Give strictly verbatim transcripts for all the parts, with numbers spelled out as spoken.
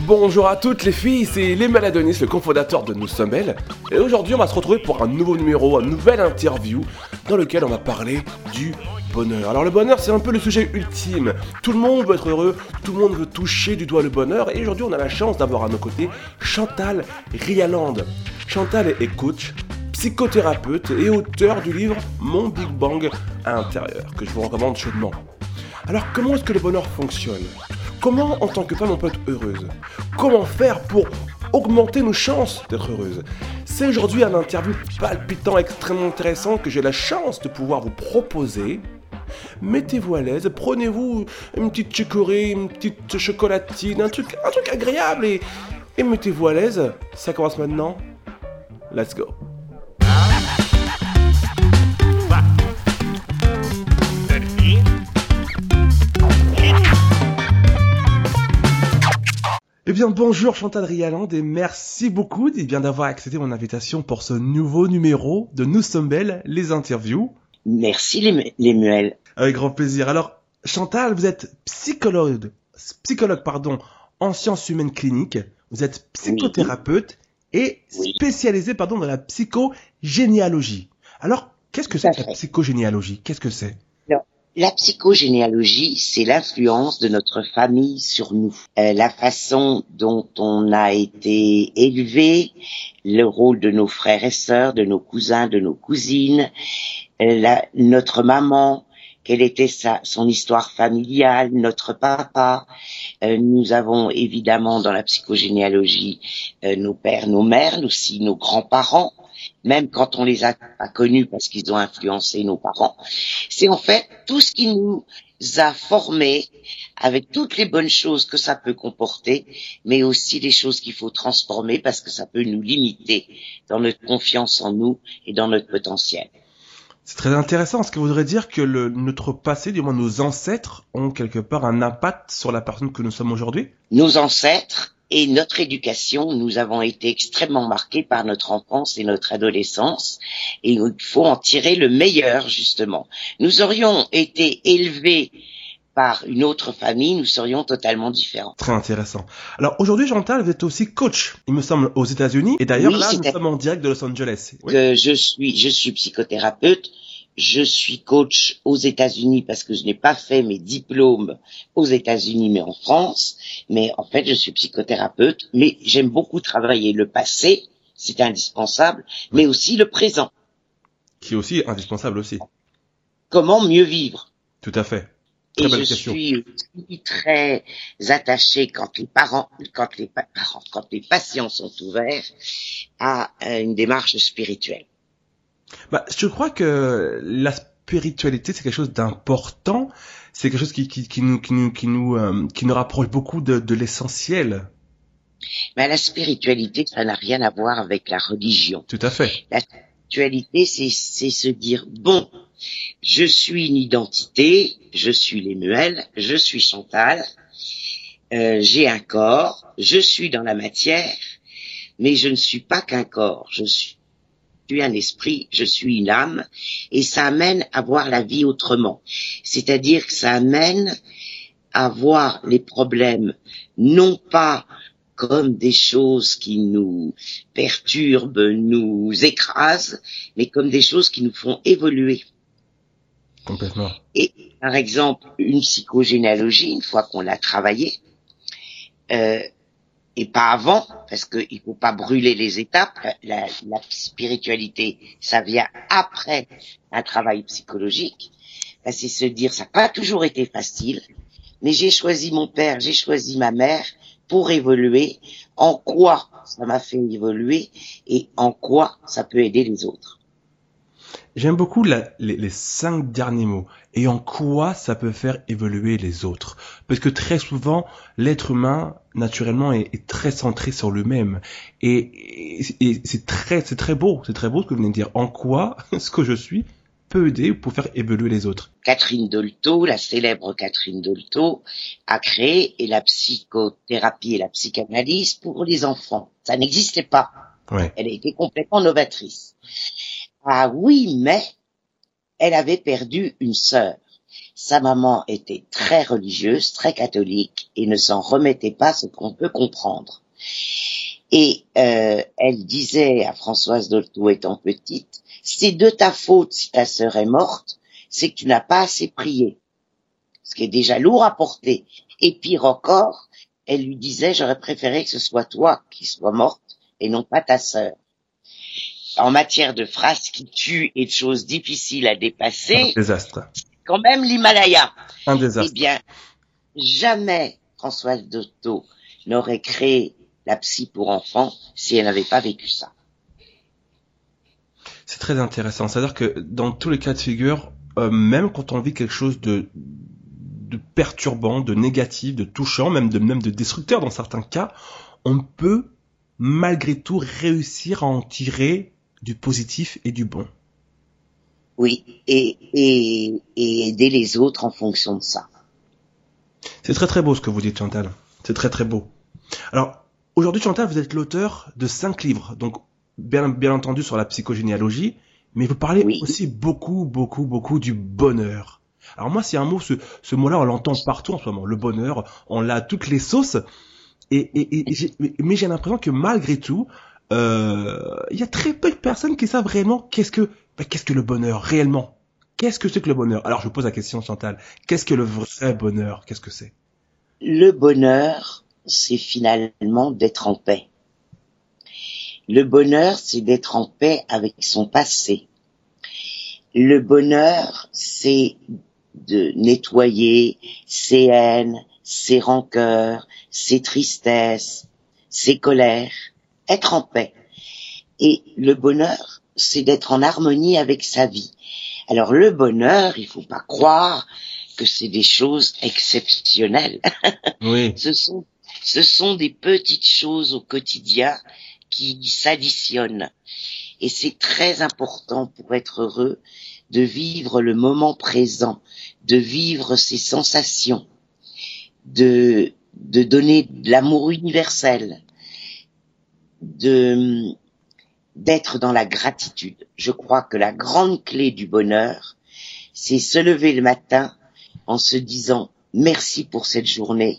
Bonjour à toutes les filles, c'est Lemuel Adonis, le cofondateur de Nous Sommes Belles. Et aujourd'hui on va se retrouver pour un nouveau numéro, une nouvelle interview dans lequel on va parler du bonheur. Alors le bonheur c'est un peu le sujet ultime. Tout le monde veut être heureux, tout le monde veut toucher du doigt le bonheur. Et aujourd'hui on a la chance d'avoir à nos côtés Chantal Rialand. Chantal est coach, psychothérapeute et auteur du livre Mon Big Bang intérieur, que je vous recommande chaudement. Alors comment est-ce que le bonheur fonctionne ? Comment, en tant que femme, on peut être heureuse ? Comment faire pour augmenter nos chances d'être heureuse ? C'est aujourd'hui un interview palpitant, extrêmement intéressant que j'ai la chance de pouvoir vous proposer. Mettez-vous à l'aise, prenez-vous une petite chicorée, une petite chocolatine, un truc, un truc agréable et, et mettez-vous à l'aise. Ça commence maintenant. Let's go. Eh bien bonjour Chantal Rialand et merci beaucoup eh bien, d'avoir accepté mon invitation pour ce nouveau numéro de Nous Sommes Belles, les interviews. Merci Lemuel. Avec grand plaisir. Alors Chantal, vous êtes psychologue, psychologue pardon, en sciences humaines cliniques, vous êtes psychothérapeute oui. et oui. spécialisée pardon, dans la psychogénéalogie. Alors qu'est-ce que Tout c'est que la psychogénéalogie ? Qu'est-ce que c'est ? La psychogénéalogie, c'est l'influence de notre famille sur nous, euh, la façon dont on a été élevé, le rôle de nos frères et sœurs, de nos cousins, de nos cousines, euh, la, notre maman, quelle était sa, son histoire familiale, notre papa. Euh, nous avons évidemment dans la psychogénéalogie euh, nos pères, nos mères, nous aussi nos grands-parents. Même quand on les a pas connus parce qu'ils ont influencé nos parents. C'est en fait tout ce qui nous a formés avec toutes les bonnes choses que ça peut comporter, mais aussi les choses qu'il faut transformer parce que ça peut nous limiter dans notre confiance en nous et dans notre potentiel. C'est très intéressant, ce qui voudrait dire que le, notre passé, du moins nos ancêtres, ont quelque part un impact sur la personne que nous sommes aujourd'hui ? Nos ancêtres et notre éducation, nous avons été extrêmement marqués par notre enfance et notre adolescence, et il faut en tirer le meilleur, justement. Nous aurions été élevés par une autre famille, nous serions totalement différents. Très intéressant. Alors aujourd'hui, Chantal, vous êtes aussi coach, il me semble, aux États-Unis, et d'ailleurs oui, là, nous à... sommes en direct de Los Angeles. Oui. Que je suis, je suis psychothérapeute. Je suis coach aux États-Unis parce que je n'ai pas fait mes diplômes aux États-Unis mais en France. Mais en fait, je suis psychothérapeute. Mais j'aime beaucoup travailler le passé, c'est indispensable, mais aussi le présent. Qui est aussi indispensable aussi. Comment mieux vivre ? Tout à fait. Très Et belle je question. suis très attachée quand les parents, quand les parents, quand les patients sont ouverts à une démarche spirituelle. Bah, je crois que la spiritualité c'est quelque chose d'important, c'est quelque chose qui qui, qui nous qui nous qui nous euh, qui nous rapproche beaucoup de, de l'essentiel. Mais la spiritualité, ça n'a rien à voir avec la religion. Tout à fait. La spiritualité, c'est c'est se dire bon, je suis une identité, je suis Lemuel, je suis Chantal, euh, j'ai un corps, je suis dans la matière, mais je ne suis pas qu'un corps, je suis Je suis un esprit, je suis une âme, et ça amène à voir la vie autrement. C'est-à-dire que ça amène à voir les problèmes non pas comme des choses qui nous perturbent, nous écrasent, mais comme des choses qui nous font évoluer. Complètement. Et par exemple, une psychogénéalogie, une fois qu'on l'a travaillée, euh, et pas avant, parce qu'il faut pas brûler les étapes. La, la spiritualité, ça vient après un travail psychologique. Ben, c'est se dire, ça n'a pas toujours été facile, mais j'ai choisi mon père, j'ai choisi ma mère pour évoluer. En quoi ça m'a fait évoluer et en quoi ça peut aider les autres. J'aime beaucoup la, les, les cinq derniers mots. Et en quoi ça peut faire évoluer les autres ? Parce que très souvent, l'être humain, naturellement, est, est très centré sur lui-même. Et, et, et c'est très, c'est très beau. C'est très beau ce que vous venez de dire. En quoi ce que je suis peut aider pour faire évoluer les autres ? Catherine Dolto, la célèbre Catherine Dolto, a créé et la psychothérapie et la psychanalyse pour les enfants. Ça n'existait pas. Ouais. Elle a été complètement novatrice. Ah oui, mais elle avait perdu une sœur. Sa maman était très religieuse, très catholique, et ne s'en remettait pas, ce qu'on peut comprendre. Et euh, elle disait à Françoise Dolto étant petite, c'est de ta faute si ta sœur est morte, c'est que tu n'as pas assez prié. Ce qui est déjà lourd à porter. Et pire encore, elle lui disait, j'aurais préféré que ce soit toi qui sois morte et non pas ta sœur. En matière de phrases qui tuent et de choses difficiles à dépasser, Un désastre. quand même l'Himalaya. Un désastre. Eh bien, jamais Françoise Dolto n'aurait créé la psy pour enfants si elle n'avait pas vécu ça. C'est très intéressant. C'est-à-dire que dans tous les cas de figure, euh, même quand on vit quelque chose de, de perturbant, de négatif, de touchant, même de, même de destructeur dans certains cas, on peut malgré tout réussir à en tirer du positif et du bon. Oui, et, et, et aider les autres en fonction de ça. C'est très très beau ce que vous dites, Chantal. C'est très très beau. Alors, aujourd'hui, Chantal, vous êtes l'auteur de cinq livres, donc bien, bien entendu sur la psychogénéalogie, mais vous parlez oui. aussi beaucoup, beaucoup, beaucoup du bonheur. Alors moi, c'est un mot, ce, ce mot-là, on l'entend partout en ce moment. Le bonheur, on l'a à toutes les sauces. Et, et, et j'ai, mais j'ai l'impression que malgré tout, euh, il y a très peu de personnes qui savent réellement qu'est-ce que, bah, qu'est-ce que le bonheur réellement. Qu'est-ce que c'est que le bonheur? Alors je pose la question, Chantal. Qu'est-ce que le vrai bonheur? Qu'est-ce que c'est? Le bonheur, c'est finalement d'être en paix. Le bonheur, c'est d'être en paix avec son passé. Le bonheur, c'est de nettoyer ses haines, ses rancœurs, ses tristesses, ses colères, être en paix. Et le bonheur, c'est d'être en harmonie avec sa vie. Alors le bonheur, il faut pas croire que c'est des choses exceptionnelles. Oui. ce sont, ce sont des petites choses au quotidien qui s'additionnent. Et c'est très important pour être heureux de vivre le moment présent, de vivre ses sensations, de, de donner de l'amour universel, de, d'être dans la gratitude. Je crois que la grande clé du bonheur, c'est se lever le matin en se disant merci pour cette journée,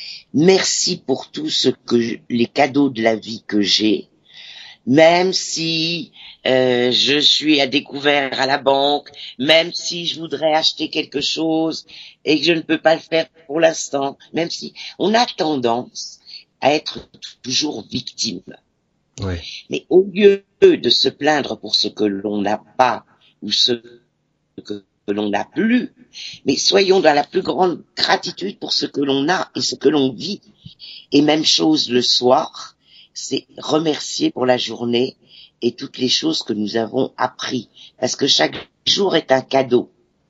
merci pour tout ce que je, les cadeaux de la vie que j'ai, même si euh, je suis à découvert à la banque, même si je voudrais acheter quelque chose et que je ne peux pas le faire pour l'instant, même si on a tendance à être toujours victime. Oui. Mais au lieu de se plaindre pour ce que l'on n'a pas ou ce que l'on n'a plus, mais soyons dans la plus grande gratitude pour ce que l'on a et ce que l'on vit. Et même chose le soir, c'est remercier pour la journée et toutes les choses que nous avons appris. Parce que chaque jour est un cadeau.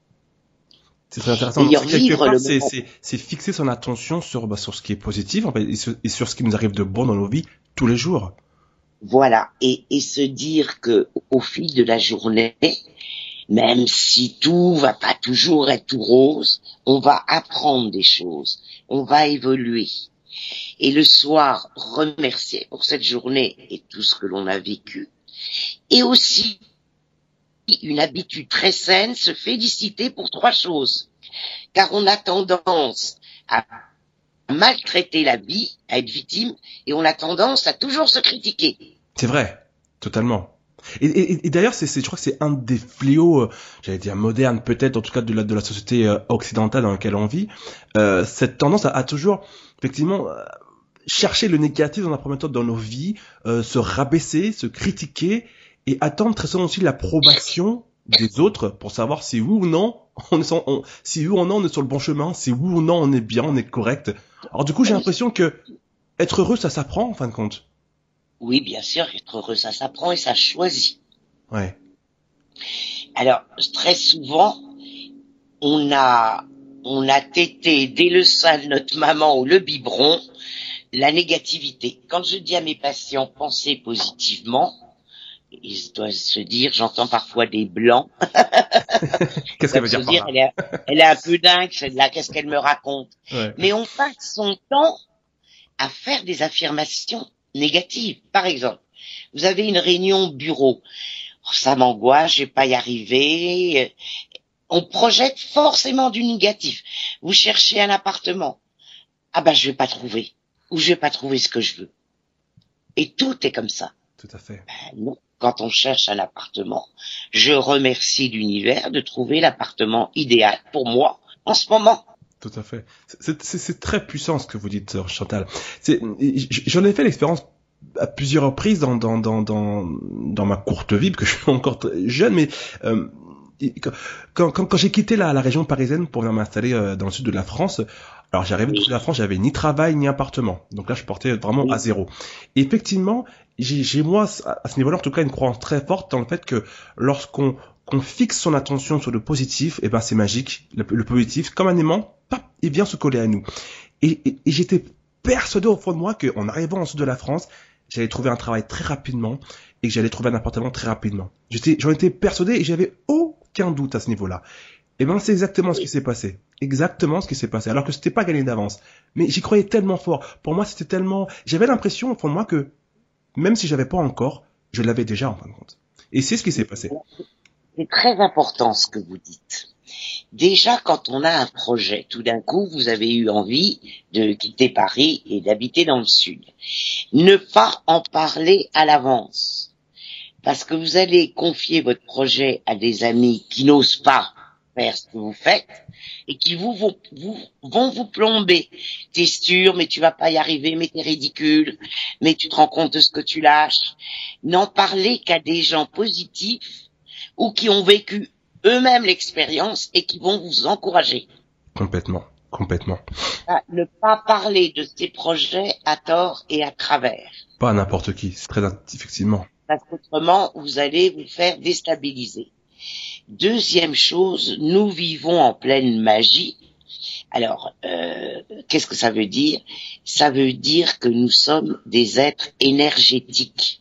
C'est très intéressant. Donc, c'est quelque part, c'est, c'est, c'est fixer son attention sur, bah, sur ce qui est positif en fait, et, sur, et sur ce qui nous arrive de bon dans nos vies tous les jours. Voilà, et, et se dire que au fil de la journée, même si tout va pas toujours être tout rose, on va apprendre des choses, on va évoluer. Et le soir, remercier pour cette journée et tout ce que l'on a vécu. Et aussi, une habitude très saine, se féliciter pour trois choses. Car on a tendance à maltraiter la vie, à être victime, et on a tendance à toujours se critiquer. C'est vrai, totalement. Et, et, et d'ailleurs, c'est, c'est, je crois que c'est un des fléaux, euh, j'allais dire modernes, peut-être, en tout cas de la, de la société euh, occidentale dans laquelle on vit, euh, cette tendance à, à toujours, effectivement, euh, chercher le négatif dans un premier temps dans nos vies, euh, se rabaisser, se critiquer, et attendre très souvent aussi l'approbation des autres pour savoir si oui ou non on est, on, si oui ou non on est sur le bon chemin, si oui ou non on est bien, on est correct. Alors du coup, j'ai l'impression que être heureux, ça s'apprend en fin de compte. Oui, bien sûr, être heureux, ça s'apprend et ça choisit. Ouais. Alors, très souvent, on a, on a tété dès le sein de notre maman ou le biberon, la négativité. Quand je dis à mes patients, pensez positivement, ils doivent se dire, j'entends parfois des blancs. Qu'est-ce qu'elle veut dire, dire par là elle, est, elle est un peu dingue, celle-là, qu'est-ce qu'elle me raconte? Ouais. Mais on passe son temps à faire des affirmations négatives. Par exemple, vous avez une réunion bureau. Oh, ça m'angoisse, je vais pas y arriver. On projette forcément du négatif. Vous cherchez un appartement. Ah ben, je vais pas trouver. Ou je vais pas trouver ce que je veux. Et tout est comme ça. Tout à fait. Ben non. Quand on cherche un appartement, je remercie l'univers de trouver l'appartement idéal pour moi en ce moment. Tout à fait. C'est, c'est, c'est très puissant ce que vous dites, Chantal. C'est, j'en ai fait l'expérience à plusieurs reprises dans, dans, dans, dans, dans ma courte vie, parce que je suis encore jeune, mais euh, quand, quand, quand j'ai quitté la, la région parisienne pour venir m'installer euh, dans le sud de la France, alors j'arrivais du sud de la France, j'avais ni travail ni appartement. Donc là, je portais vraiment oui. à zéro. Et effectivement, j'ai, j'ai moi, à ce niveau-là, en tout cas, une croyance très forte dans le fait que lorsqu'on qu'on fixe son attention sur le positif, et ben c'est magique. Le, le positif, comme un aimant, pap, il vient se coller à nous. Et, et, et j'étais persuadé au fond de moi qu'en arrivant en sud de la France, j'allais trouver un travail très rapidement et que j'allais trouver un appartement très rapidement. J'étais, j'en étais persuadé et j'avais aucun doute à ce niveau-là. Et ben c'est exactement ce qui s'est passé. Exactement ce qui s'est passé. Alors que c'était pas gagné d'avance. Mais j'y croyais tellement fort. Pour moi, c'était tellement... J'avais l'impression au fond de moi que, même si j'avais pas encore, je l'avais déjà en fin de compte. Et c'est ce qui s'est passé. C'est très important ce que vous dites. Déjà, quand on a un projet, tout d'un coup, vous avez eu envie de quitter Paris et d'habiter dans le sud. Ne pas en parler à l'avance. Parce que vous allez confier votre projet à des amis qui n'osent pas faire ce que vous faites et qui vous, vous, vous vont vous plomber. T'es sûr, mais tu vas pas y arriver, mais t'es ridicule, mais tu te rends compte de ce que tu lâches. N'en parlez qu'à des gens positifs ou qui ont vécu eux-mêmes l'expérience et qui vont vous encourager. Complètement, complètement. À ne pas parler de ces projets à tort et à travers. Pas à n'importe qui, c'est très effectivement. Parce qu'autrement, vous allez vous faire déstabiliser. Deuxième chose, nous vivons en pleine magie. Alors, euh, qu'est-ce que ça veut dire? Ça veut dire que nous sommes des êtres énergétiques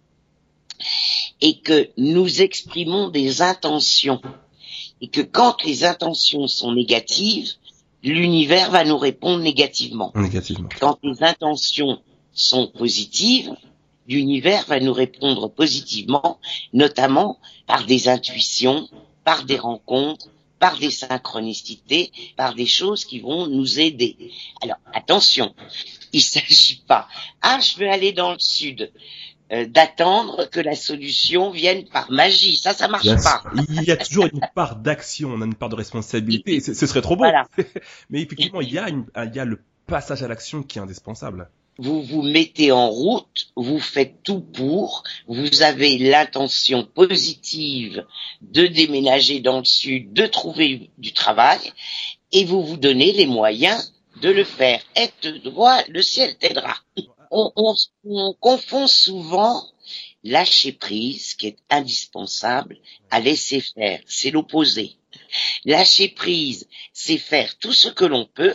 et que nous exprimons des intentions. Et que quand les intentions sont négatives, l'univers va nous répondre négativement. Négativement. Quand les intentions sont positives, l'univers va nous répondre positivement, notamment par des intuitions, par des rencontres, par des synchronicités, par des choses qui vont nous aider. Alors, attention, il s'agit pas, ah, je veux aller dans le sud, euh, d'attendre que la solution vienne par magie. Ça, ça marche yes. pas. Il y a toujours une part d'action, on a une part de responsabilité, ce, ce serait trop beau. Voilà. Mais effectivement, il y a une, il y a le passage à l'action qui est indispensable. Vous vous mettez en route, vous faites tout pour, vous avez l'intention positive de déménager dans le sud, de trouver du travail, et vous vous donnez les moyens de le faire. Aide-toi, le ciel t'aidera. On, on, on confond souvent lâcher prise, qui est indispensable, à laisser faire. C'est l'opposé. Lâcher prise, c'est faire tout ce que l'on peut,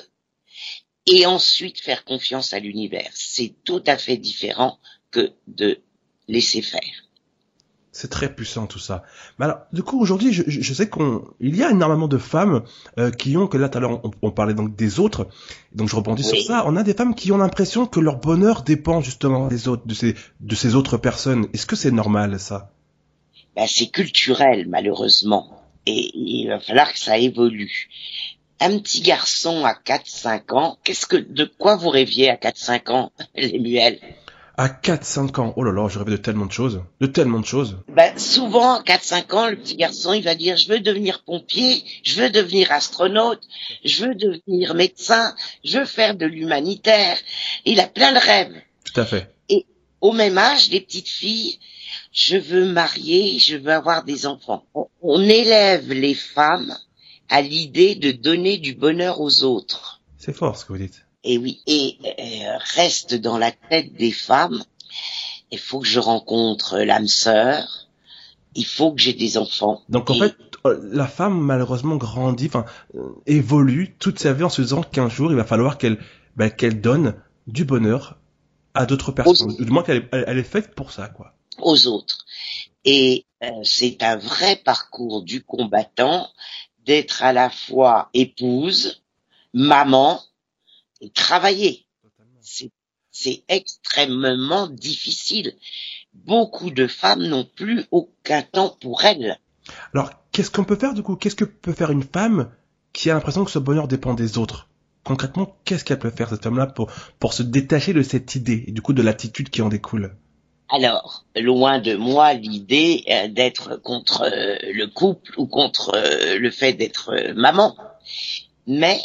et ensuite faire confiance à l'univers. C'est tout à fait différent que de laisser faire. C'est très puissant tout ça. Mais alors, du coup, aujourd'hui, je, je sais qu'on, il y a énormément de femmes euh, qui ont, que là tout à l'heure on, on parlait donc des autres, donc je rebondis oui. sur ça. On a des femmes qui ont l'impression que leur bonheur dépend justement des autres, de ces, de ces autres personnes. Est-ce que c'est normal ça? Ben, c'est culturel malheureusement, et il va falloir que ça évolue. Un petit garçon à quatre cinq ans, qu'est-ce que, de quoi vous rêviez à quatre cinq ans, Lemuel? À quatre cinq ans, oh là là, je rêvais de tellement de choses, de tellement de choses. Ben, souvent, à quatre cinq ans, le petit garçon, il va dire, je veux devenir pompier, je veux devenir astronaute, je veux devenir médecin, je veux faire de l'humanitaire. Il a plein de rêves. Tout à fait. Et au même âge, les petites filles, je veux marier, je veux avoir des enfants. On, on élève les femmes à l'idée de donner du bonheur aux autres. C'est fort ce que vous dites. Et oui, et euh, reste dans la tête des femmes, il faut que je rencontre l'âme sœur, il faut que j'ai des enfants. Donc en et... fait, la femme malheureusement grandit, enfin euh, évolue toute sa vie en se disant qu'un jour il va falloir qu'elle ben, qu'elle donne du bonheur à d'autres personnes. Aux... Du moins qu'elle est, elle est faite pour ça, quoi. Aux autres. Et euh, c'est un vrai parcours du combattant d'être à la fois épouse, maman et travailler. C'est, c'est extrêmement difficile. Beaucoup de femmes n'ont plus aucun temps pour elles. Alors, qu'est-ce qu'on peut faire du coup? Qu'est-ce que peut faire une femme qui a l'impression que ce bonheur dépend des autres? Concrètement, qu'est-ce qu'elle peut faire cette femme-là pour pour se détacher de cette idée et du coup de l'attitude qui en découle? Alors, loin de moi l'idée euh, d'être contre euh, le couple ou contre euh, le fait d'être euh, maman, mais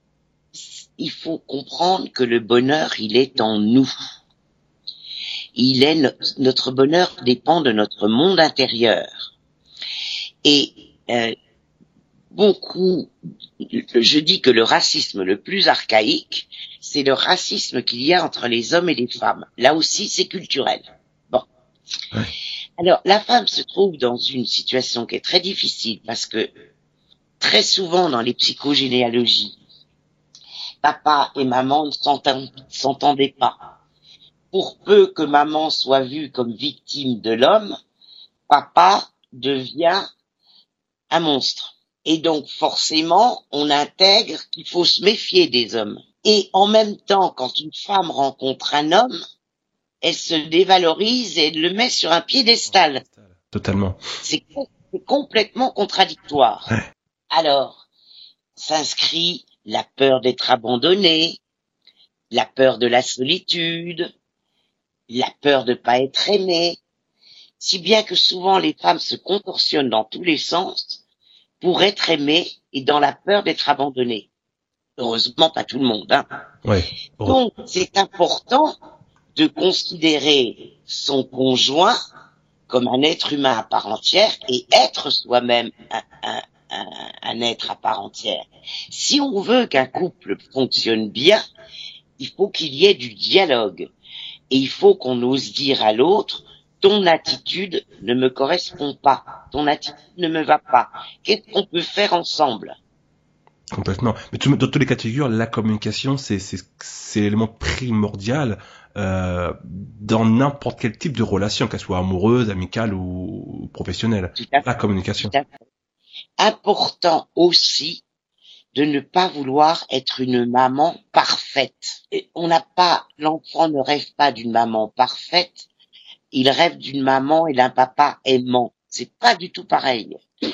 il faut comprendre que le bonheur, il est en nous. Il est no- notre bonheur dépend de notre monde intérieur. Et euh, beaucoup, je dis que le racisme le plus archaïque, c'est le racisme qu'il y a entre les hommes et les femmes. Là aussi, c'est culturel. Bon. Ouais. Alors, la femme se trouve dans une situation qui est très difficile parce que très souvent dans les psychogénéalogies, papa et maman ne s'entend- s'entendaient pas. Pour peu que maman soit vue comme victime de l'homme, papa devient un monstre. Et donc forcément, on intègre qu'il faut se méfier des hommes. Et en même temps, quand une femme rencontre un homme, elle se dévalorise et elle le met sur un piédestal. Totalement. C'est, c'est complètement contradictoire. Ouais. Alors, s'inscrit la peur d'être abandonné, la peur de la solitude, la peur de pas être aimé, si bien que souvent les femmes se contorsionnent dans tous les sens pour être aimées et dans la peur d'être abandonnées. Heureusement, pas tout le monde, hein. Ouais. Donc, c'est important de considérer son conjoint comme un être humain à part entière et être soi-même un, un, un, un être à part entière. Si on veut qu'un couple fonctionne bien, il faut qu'il y ait du dialogue. Et il faut qu'on ose dire à l'autre, ton attitude ne me correspond pas, ton attitude ne me va pas. Qu'est-ce qu'on peut faire ensemble? Complètement. Mais tout- dans tous les cas de figure, la communication, c'est c'est c'est l'élément primordial euh, dans n'importe quel type de relation, qu'elle soit amoureuse, amicale ou professionnelle. Tout à fait. La communication. Tout à fait. Important aussi de ne pas vouloir être une maman parfaite. Et on n'a pas, l'enfant ne rêve pas d'une maman parfaite, il rêve d'une maman et d'un papa aimant. C'est pas du tout pareil.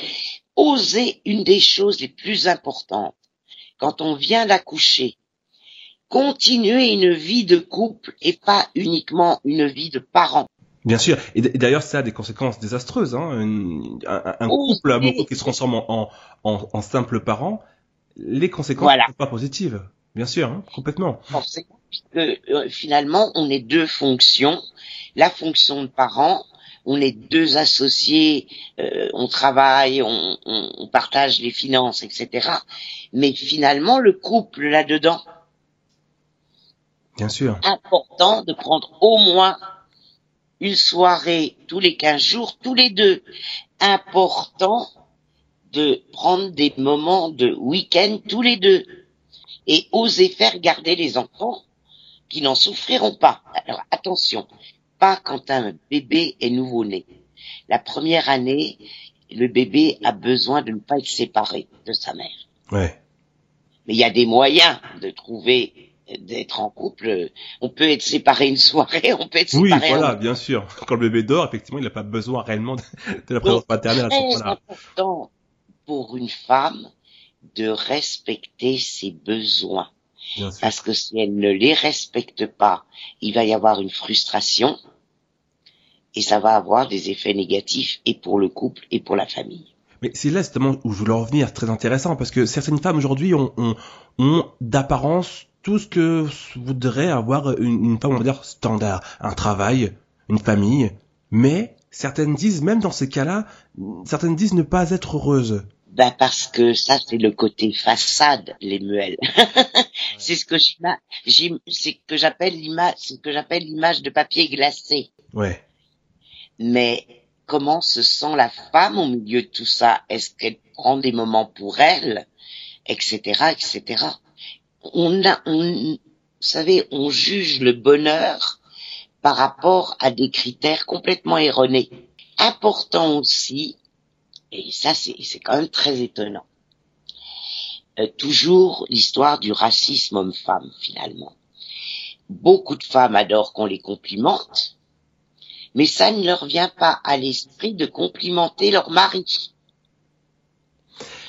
Oser une des choses les plus importantes, quand on vient d'accoucher, continuer une vie de couple et pas uniquement une vie de parent. Bien sûr. Et d- et d'ailleurs, ça a des conséquences désastreuses. Hein. Une- un, un Oser, couple amoureux qui se transforme en, en, en, en simple parent, les conséquences voilà, ne sont pas positives. Bien sûr, hein, complètement. forcément, puisque euh, finalement, on est deux fonctions. La fonction de parent, on est deux associés, euh, on travaille, on, on, on partage les finances, et cetera. Mais finalement, le couple là-dedans, Bien sûr. important de prendre au moins une soirée tous les quinze jours, tous les deux. Important de prendre des moments de week-end tous les deux. Et oser faire garder les enfants qui n'en souffriront pas. Alors attention, pas quand un bébé est nouveau-né. La première année, le bébé a besoin de ne pas être séparé de sa mère. Ouais. Mais il y a des moyens de trouver, d'être en couple. On peut être séparé une soirée, on peut être Oui, séparé voilà, un... bien sûr. Quand le bébé dort, effectivement, il n'a pas besoin réellement de, de la présence Donc, paternelle à ce très moment-là. important pour une femme de respecter ses besoins. Bien sûr. Parce que si elle ne les respecte pas, il va y avoir une frustration et ça va avoir des effets négatifs et pour le couple et pour la famille. Mais c'est là justement où je voulais en revenir, très intéressant, parce que certaines femmes aujourd'hui ont, ont, ont d'apparence tout ce que voudrait avoir une, une femme, on va dire, standard. Un travail, une famille, mais certaines disent, même dans ces cas-là, certaines disent ne pas être heureuses. Ben parce que ça c'est le côté façade, les muelles. C'est ce que j'ima- j'im- c'est ce que j'appelle l'image, c'est ce que j'appelle l'image de papier glacé. Ouais. Mais comment se sent la femme au milieu de tout ça? Est-ce qu'elle prend des moments pour elle, et cetera, et cetera. On a, on, vous savez, on juge le bonheur par rapport à des critères complètement erronés. Important aussi, et ça c'est, c'est quand même très étonnant, euh, toujours l'histoire du racisme homme-femme finalement. Beaucoup de femmes adorent qu'on les complimente, mais ça ne leur vient pas à l'esprit de complimenter leur mari.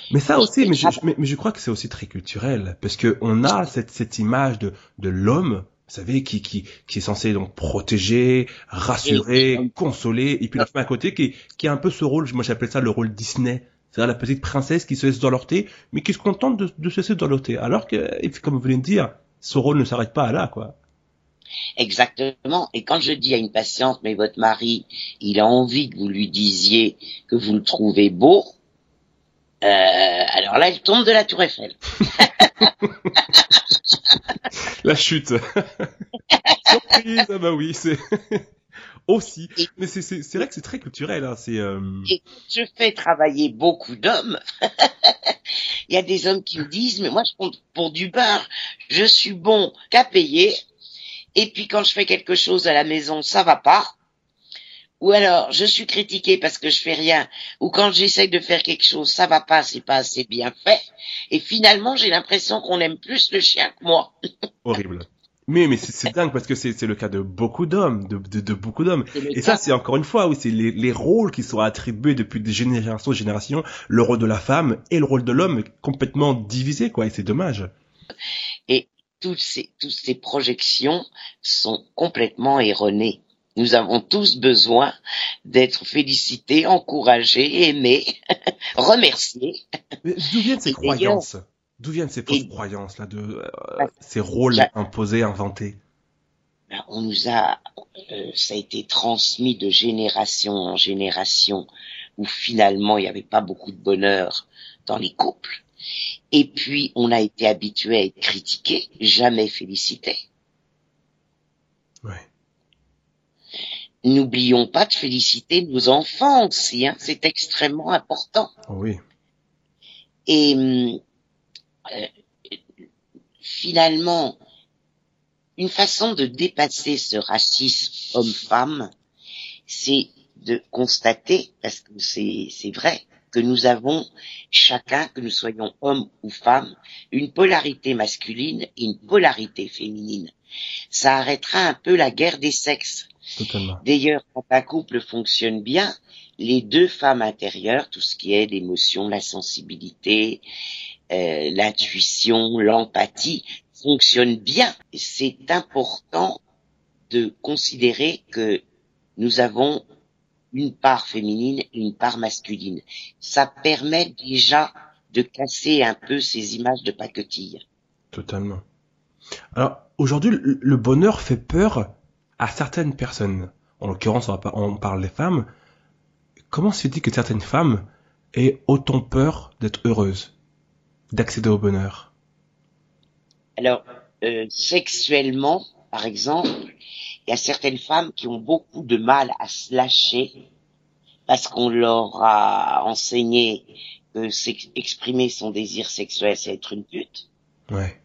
Mais ça aussi, mais je, mais, mais je crois que c'est aussi très culturel, parce que on a cette, cette image de, de l'homme, vous savez, qui, qui, qui est censé donc protéger, rassurer, consoler, et puis la femme à côté qui, qui a un peu ce rôle, moi j'appelle ça le rôle Disney. C'est-à-dire la petite princesse qui se laisse dorloter, mais qui se contente de, de se laisser dorloter. Alors que, et puis comme vous venez de dire, ce rôle ne s'arrête pas là, quoi. Exactement. Et quand je dis à une patiente, mais votre mari, il a envie que vous lui disiez que vous le trouvez beau, euh, alors là, elle tombe de la Tour Eiffel. La chute. Surprise, ah bah oui, c'est aussi. Et, mais c'est, c'est, c'est vrai que c'est très culturel, hein. C'est. Euh... Et je fais travailler beaucoup d'hommes. Il y a des hommes qui me disent, mais moi je compte pour du beurre, je suis bon qu'à payer. Et puis quand je fais quelque chose à la maison, ça va pas. Ou alors, je suis critiqué parce que je fais rien. Ou quand j'essaye de faire quelque chose, ça va pas, c'est pas assez bien fait. Et finalement, j'ai l'impression qu'on aime plus le chien que moi. Horrible. Mais, mais c'est, c'est dingue parce que c'est, c'est le cas de beaucoup d'hommes, de, de, de beaucoup d'hommes. Et ça, c'est encore une fois, oui, c'est les, les rôles qui sont attribués depuis des générations et générations. Le rôle de la femme et le rôle de l'homme complètement divisés, quoi. Et c'est dommage. Et toutes ces, toutes ces projections sont complètement erronées. Nous avons tous besoin d'être félicités, encouragés, aimés, remerciés. Mais d'où viennent ces croyances? D'où viennent ces fausses et, croyances là, de euh, ces rôles j'a... imposés, inventés? Ben, on nous a, euh, ça a été transmis de génération en génération, où finalement il n'y avait pas beaucoup de bonheur dans les couples. Et puis on a été habitué à être critiqué, jamais félicité. Ouais. N'oublions pas de féliciter nos enfants aussi, hein, c'est extrêmement important. Oh oui. Et euh, finalement, une façon de dépasser ce racisme homme-femme, c'est de constater, parce que c'est, c'est vrai, que nous avons chacun, que nous soyons hommes ou femmes, une polarité masculine et une polarité féminine. Ça arrêtera un peu la guerre des sexes. Totalement. D'ailleurs, quand un couple fonctionne bien, les deux femmes intérieures, tout ce qui est l'émotion, la sensibilité, euh, l'intuition, l'empathie, fonctionnent bien. C'est important de considérer que nous avons une part féminine et une part masculine. Ça permet déjà de casser un peu ces images de pacotille. Totalement. Alors, aujourd'hui, le bonheur fait peur à certaines personnes. En l'occurrence, on, va, on parle des femmes. Comment se fait-il que certaines femmes aient autant peur d'être heureuses, d'accéder au bonheur? Alors, euh, sexuellement, par exemple, il y a certaines femmes qui ont beaucoup de mal à se lâcher parce qu'on leur a enseigné que exprimer son désir sexuel, c'est être une pute. Ouais.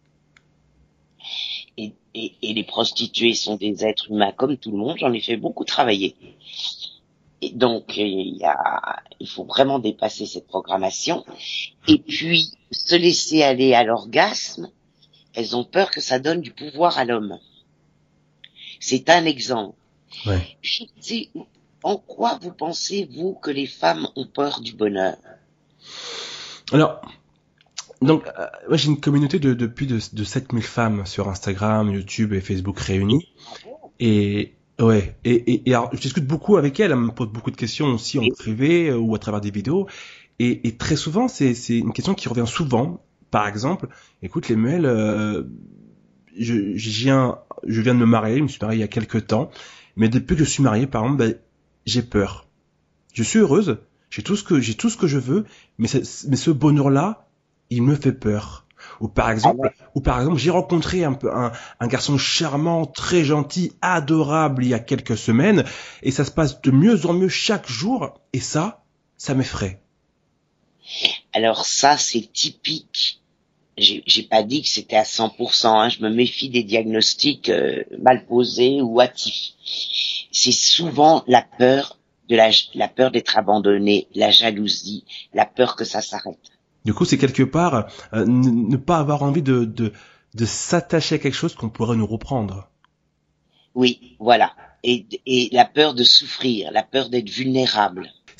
Et, et, et les prostituées sont des êtres humains comme tout le monde. J'en ai fait beaucoup travailler. Et donc, il y a, il faut vraiment dépasser cette programmation. Et puis, se laisser aller à l'orgasme, elles ont peur que ça donne du pouvoir à l'homme. C'est un exemple. Ouais. Je sais, en quoi vous pensez, vous, que les femmes ont peur du bonheur? Alors, donc, euh, moi j'ai une communauté de, de plus de, de sept mille femmes sur Instagram, YouTube et Facebook réunies. Et ouais, et, et, et alors, je discute beaucoup avec elles, elles me posent beaucoup de questions aussi en privé euh, ou à travers des vidéos. Et, et très souvent, c'est, c'est une question qui revient souvent. Par exemple, écoute les mails, euh, je, je, viens, je viens de me marier, je me suis marié il y a quelques temps, mais depuis que je suis marié, par exemple, ben, j'ai peur. Je suis heureuse, j'ai tout ce que j'ai tout ce que je veux, mais, mais ce bonheur-là, il me fait peur. Ou par exemple, ou par exemple, j'ai rencontré un peu un, un garçon charmant, très gentil, adorable il y a quelques semaines, et ça se passe de mieux en mieux chaque jour, et ça, ça m'effraie. Alors ça, c'est typique. J'ai, j'ai pas dit que c'était à cent pour cent. Hein. Je me méfie des diagnostics euh, mal posés ou hâtifs. C'est souvent la peur de la, la peur d'être abandonné, la jalousie, la peur que ça s'arrête. Du coup, c'est quelque part euh, ne, ne pas avoir envie de, de, de s'attacher à quelque chose qu'on pourrait nous reprendre. Oui, voilà. Et, et la peur de souffrir, la peur d'être vulnérable.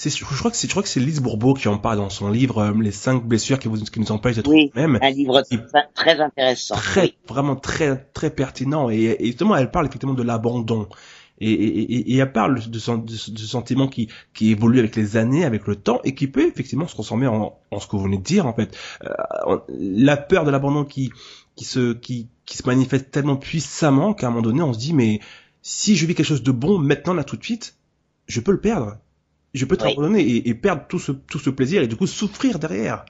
c'est, je crois que c'est, je crois que c'est Lise Bourbeau qui en parle dans son livre euh, Les cinq blessures qui, vous, qui nous empêchent d'être Oui, nous-mêmes. un livre Qui- très intéressant. très, Oui. vraiment très, très pertinent. Et, et justement, elle parle effectivement de l'abandon. Et, et, et, et elle parle de, son, de, ce de ce sentiment qui, qui évolue avec les années, avec le temps, et qui peut effectivement se transformer en, en ce que vous venez de dire, en fait. Euh, en- la peur de l'abandon qui, qui se, qui, qui se manifeste tellement puissamment qu'à un moment donné, on se dit, mais si je vis quelque chose de bon maintenant, là, tout de suite, je peux le perdre. Je peux être Oui. abandonné et, et perdre tout ce, tout ce plaisir et du coup souffrir derrière.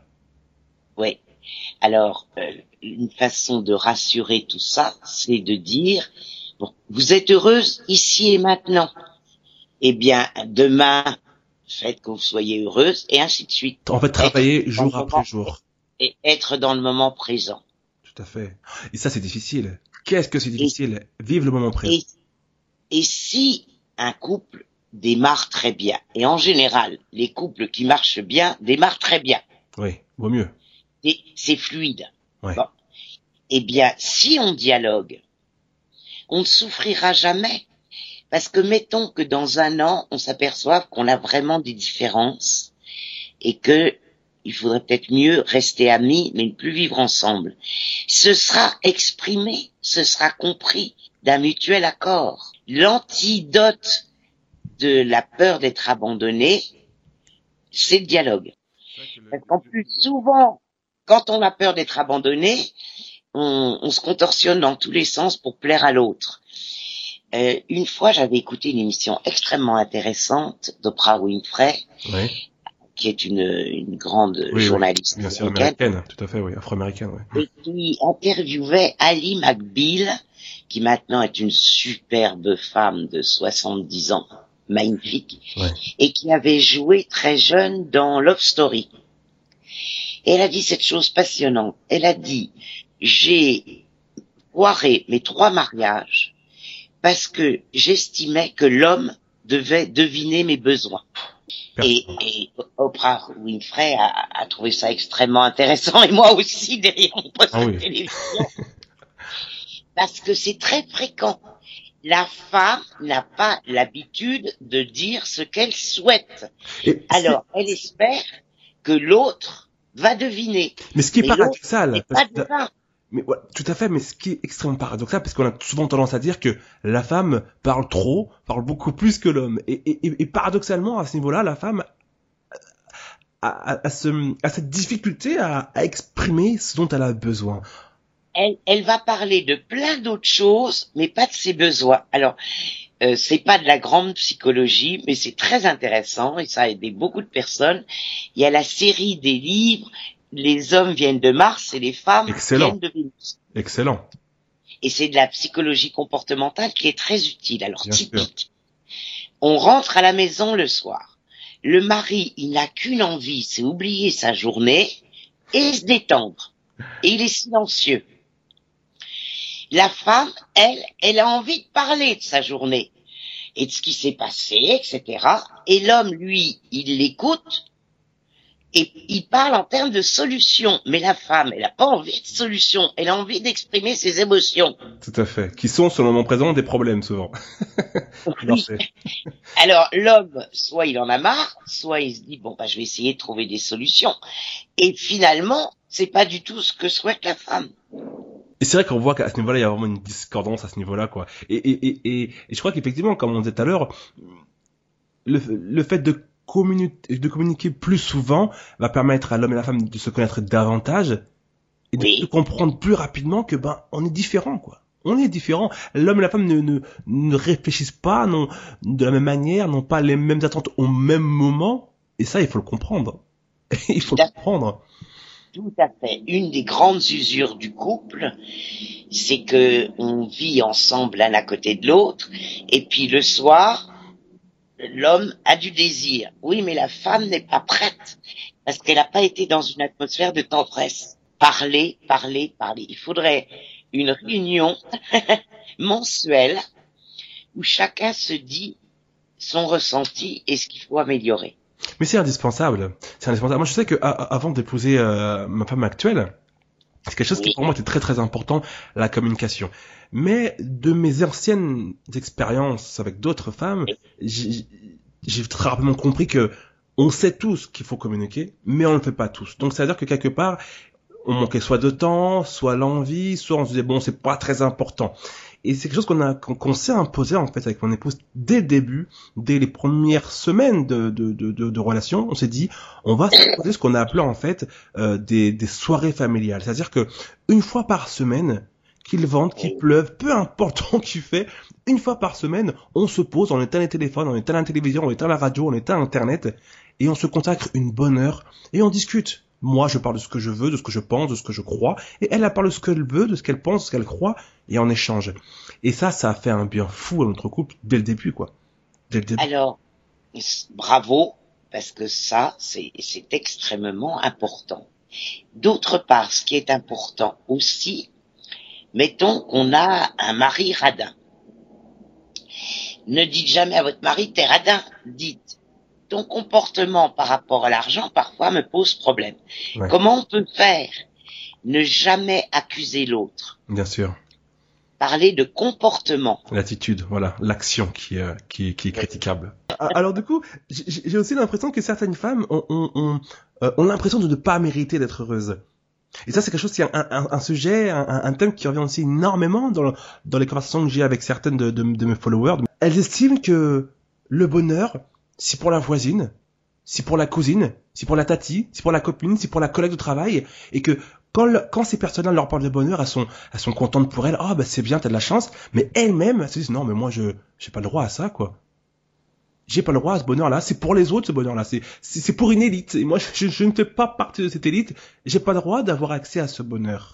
Oui. Alors, euh, une façon de rassurer tout ça, c'est de dire, bon, vous êtes heureuse ici et maintenant. Eh bien, demain, faites que vous soyez heureuse, et ainsi de suite. En fait, travailler Être jour dans le après moment- jour. Et être dans le moment présent. Tout à fait. Et ça, c'est difficile. Qu'est-ce que c'est difficile? Vivre le moment présent. Et, et si un couple démarre très bien, et en général, les couples qui marchent bien démarrent très bien, Oui, vaut mieux. et c'est fluide. Ouais. Bon. Eh bien, si on dialogue, on ne souffrira jamais. Parce que mettons que dans un an, on s'aperçoive qu'on a vraiment des différences et que il faudrait peut-être mieux rester amis, mais ne plus vivre ensemble. Ce sera exprimé, ce sera compris d'un mutuel accord. L'antidote de la peur d'être abandonné, c'est le dialogue. Parce qu'en plus, souvent, quand on a peur d'être abandonné, on, on se contorsionne dans tous les sens pour plaire à l'autre. Euh, une fois, j'avais écouté une émission extrêmement intéressante d'Oprah Winfrey, Ouais. qui est une, une grande Oui, journaliste oui. Bien sûr, américaine, américaine. Tout à fait, oui. Afro-américaine, ouais. et qui interviewait Ali McBeal, qui maintenant est une superbe femme de soixante-dix ans, magnifique, Ouais. et qui avait joué très jeune dans Love Story. Et elle a dit cette chose passionnante. Elle a dit, j'ai foiré mes trois mariages parce que j'estimais que l'homme devait deviner mes besoins. Et, et Oprah Winfrey a, a trouvé ça extrêmement intéressant, et moi aussi derrière mon poste Ah de oui. télévision, parce que c'est très fréquent. La femme n'a pas l'habitude de dire ce qu'elle souhaite. Et Alors, elle espère que l'autre va deviner. c'est- mais ce qui est Mais l'autre paradoxal, n'est parce pas que- devin. mais ouais, tout à fait, mais ce qui est extrêmement paradoxal, parce qu'on a souvent tendance à dire que la femme parle trop, parle beaucoup plus que l'homme. Et, et, et- et paradoxalement, à ce niveau-là, la femme a, a, a, ce, a cette difficulté à, à exprimer ce dont elle a besoin. Elle, elle va parler de plein d'autres choses, mais pas de ses besoins. Alors, euh, c'est pas de la grande psychologie, mais c'est très intéressant et ça a aidé beaucoup de personnes. Il y a la série des livres, les hommes viennent de Mars et les femmes Excellent. viennent de Vénus. Excellent. Et c'est de la psychologie comportementale qui est très utile. Alors, Bien sûr. typique. On rentre à la maison le soir. Le mari, il n'a qu'une envie, c'est oublier sa journée et se détendre. Et il est silencieux. La femme, elle, elle a envie de parler de sa journée et de ce qui s'est passé, et cetera. Et l'homme, lui, il l'écoute et il parle en termes de solutions. Mais la femme, elle n'a pas envie de solution, elle a envie d'exprimer ses émotions. Tout à fait. Qui sont, sur le moment présent, des problèmes, souvent. Non, Oui. c'est- Alors l'homme, soit il en a marre, soit il se dit bon bah je vais essayer de trouver des solutions. Et finalement, c'est pas du tout ce que souhaite la femme. Et c'est vrai qu'on voit qu'à ce niveau-là, il y a vraiment une discordance à ce niveau-là, quoi. Et, et, et, et, et je crois qu'effectivement, comme on disait tout à l'heure, le, le fait de communiquer, de communiquer plus souvent va permettre à l'homme et la femme de se connaître davantage et de, Oui. de comprendre plus rapidement que ben on est différents, quoi. On est différents. L'homme et la femme ne, ne, ne réfléchissent pas non, de la même manière, n'ont pas les mêmes attentes au même moment. Et ça, il faut le comprendre. Il faut Tout à le comprendre. Tout à fait. Une des grandes usures du couple, c'est que on vit ensemble l'un à côté de l'autre, et puis le soir, l'homme a du désir. Oui, mais la femme n'est pas prête, parce qu'elle n'a pas été dans une atmosphère de tendresse. Parler, parler, parler. Il faudrait une réunion mensuelle où chacun se dit son ressenti et ce qu'il faut améliorer. Mais c'est indispensable. C'est indispensable. Moi, je sais que a- a- avant d'épouser euh, ma femme actuelle, c'est quelque chose qui Oui. pour moi était très très important, la communication. Mais de mes anciennes expériences avec d'autres femmes, j'ai j'ai très rapidement compris que on sait tous qu'il faut communiquer, mais on ne le fait pas tous. Donc ça veut dire que quelque part, on manquait soit de temps, soit l'envie, soit on se disait bon, c'est pas très important. Et c'est quelque chose qu'on a, qu'on, qu'on s'est imposé en fait avec mon épouse dès le début, dès les premières semaines de de de, de, de relation. On s'est dit, on va s'imposer ce qu'on a appelé en fait euh, des des soirées familiales. C'est-à-dire que une fois par semaine, qu'il vente, qu'il pleuve, peu importe ce qu'il fait, une fois par semaine, on se pose, on éteint les téléphones, on éteint la télévision, on éteint la radio, on éteint Internet, et on se consacre une bonne heure et on discute. Moi, je parle de ce que je veux, de ce que je pense, de ce que je crois, et elle, elle parle de ce qu'elle veut, de ce qu'elle pense, de ce qu'elle croit, et on échange. Et ça, ça a fait un bien fou à notre couple dès le début, quoi. Dès le début. Alors, bravo, parce que ça, c'est, c'est extrêmement important. D'autre part, ce qui est important aussi, mettons qu'on a un mari radin. Ne dites jamais à votre mari, t'es radin. Dites, ton comportement par rapport à l'argent, parfois, me pose problème. Ouais. Comment on peut faire? Ne jamais accuser l'autre. Bien sûr. Parler de comportement. L'attitude, voilà, l'action qui, euh, qui, qui est critiquable. Alors du coup, j'ai aussi l'impression que certaines femmes ont, ont, ont, euh, ont l'impression de ne pas mériter d'être heureuses. Et ça, c'est quelque chose, c'est un, un, un sujet, un, un thème qui revient aussi énormément dans, dans les conversations que j'ai avec certaines de, de, de mes followers. Elles estiment que le bonheur, c'est pour la voisine, c'est pour la cousine, c'est pour la tati, c'est pour la copine, c'est pour la collègue de travail, et que quand, le, quand ces personnes-là leur parlent de bonheur, elles sont, elles sont contentes pour elles. Ah, oh, bah c'est bien, t'as de la chance. Mais elles-mêmes, elles se disent non, mais moi je, j'ai pas le droit à ça, quoi. J'ai pas le droit à ce bonheur-là. C'est pour les autres, ce bonheur-là. C'est, c'est, c'est pour une élite. Et moi, je, je ne fais pas partie de cette élite. J'ai pas le droit d'avoir accès à ce bonheur.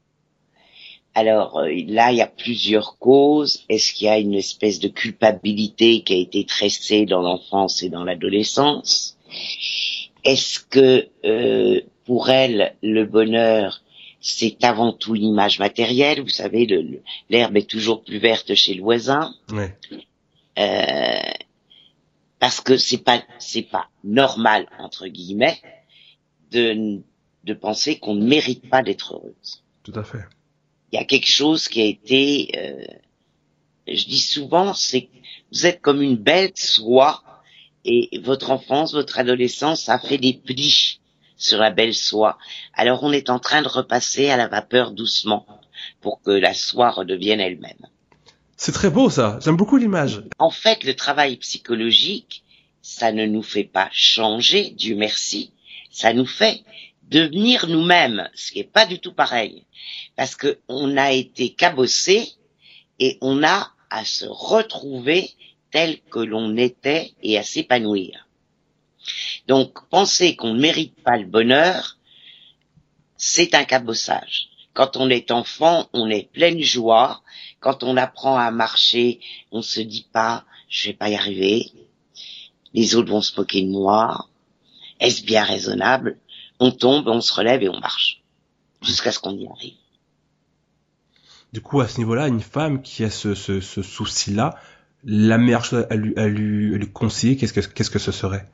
Alors là, il y a plusieurs causes. Est-ce qu'il y a une espèce de culpabilité qui a été tressée dans l'enfance et dans l'adolescence? Est-ce que euh, pour elle, le bonheur, c'est avant tout l'image matérielle? Vous savez, le, le, l'herbe est toujours plus verte chez le voisin. Ouais. Euh, parce que c'est pas c'est pas normal entre guillemets de de penser qu'on ne mérite pas d'être heureuse. Tout à fait. Il y a quelque chose qui a été, euh, je dis souvent, c'est que vous êtes comme une belle soie et votre enfance, votre adolescence a fait des plis sur la belle soie. Alors on est en train de repasser à la vapeur doucement pour que la soie redevienne elle-même. C'est très beau ça, j'aime beaucoup l'image. En fait, le travail psychologique, ça ne nous fait pas changer, Dieu merci, ça nous fait devenir nous-mêmes, ce qui est pas du tout pareil. Parce que on a été cabossé et on a à se retrouver tel que l'on était et à s'épanouir. Donc, penser qu'on ne mérite pas le bonheur, c'est un cabossage. Quand on est enfant, on est pleine joie. Quand on apprend à marcher, on se dit pas, je vais pas y arriver. Les autres vont se moquer de moi. Est-ce bien raisonnable? On tombe, on se relève et on marche. Jusqu'à ce qu'on y arrive. Du coup, à ce niveau-là, une femme qui a ce, ce, ce souci-là, la meilleure chose à lui, à lui, à lui conseiller, qu'est-ce que, qu'est-ce que ce serait?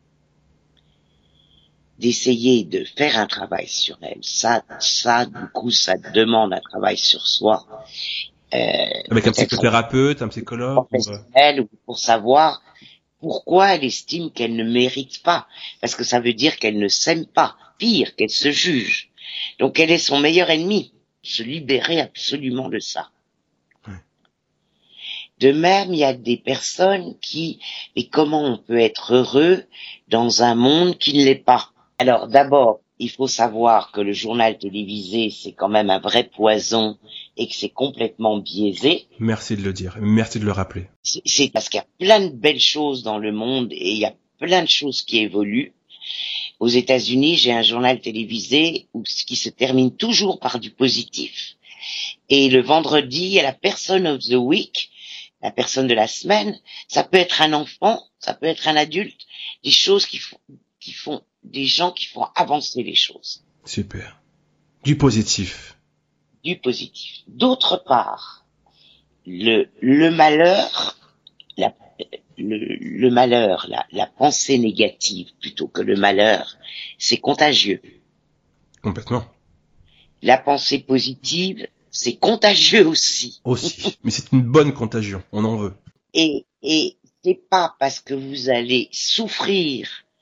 D'essayer de faire un travail sur elle. Ça, ça, du coup, ça demande un travail sur soi. Euh, Avec un psychothérapeute, un psychologue, professionnel, ou pour savoir pourquoi elle estime qu'elle ne mérite pas. Parce que ça veut dire qu'elle ne s'aime pas. Pire, qu'elle se juge. Donc elle est son meilleur ennemi. Se libérer absolument de ça. Ouais. De même, il y a des personnes qui, mais comment on peut être heureux dans un monde qui ne l'est pas? Alors d'abord, il faut savoir que le journal télévisé, c'est quand même un vrai poison et que c'est complètement biaisé. Merci de le dire, merci de le rappeler. C'est, c'est parce qu'il y a plein de belles choses dans le monde et il y a plein de choses qui évoluent. Aux États-Unis, j'ai un journal télévisé où ce qui se termine toujours par du positif. Et le vendredi, il y a la person of the week, la personne de la semaine. Ça peut être un enfant, ça peut être un adulte, des choses qui font, qui font, des gens qui font avancer les choses. Super. Du positif. Du positif. D'autre part, le, le malheur, la, le, le malheur, la, la pensée négative plutôt que le malheur, c'est contagieux. Complètement. La pensée positive, c'est contagieux aussi. Aussi. Mais c'est une bonne contagion. On en veut. Et, et c'est pas parce que vous allez souffrir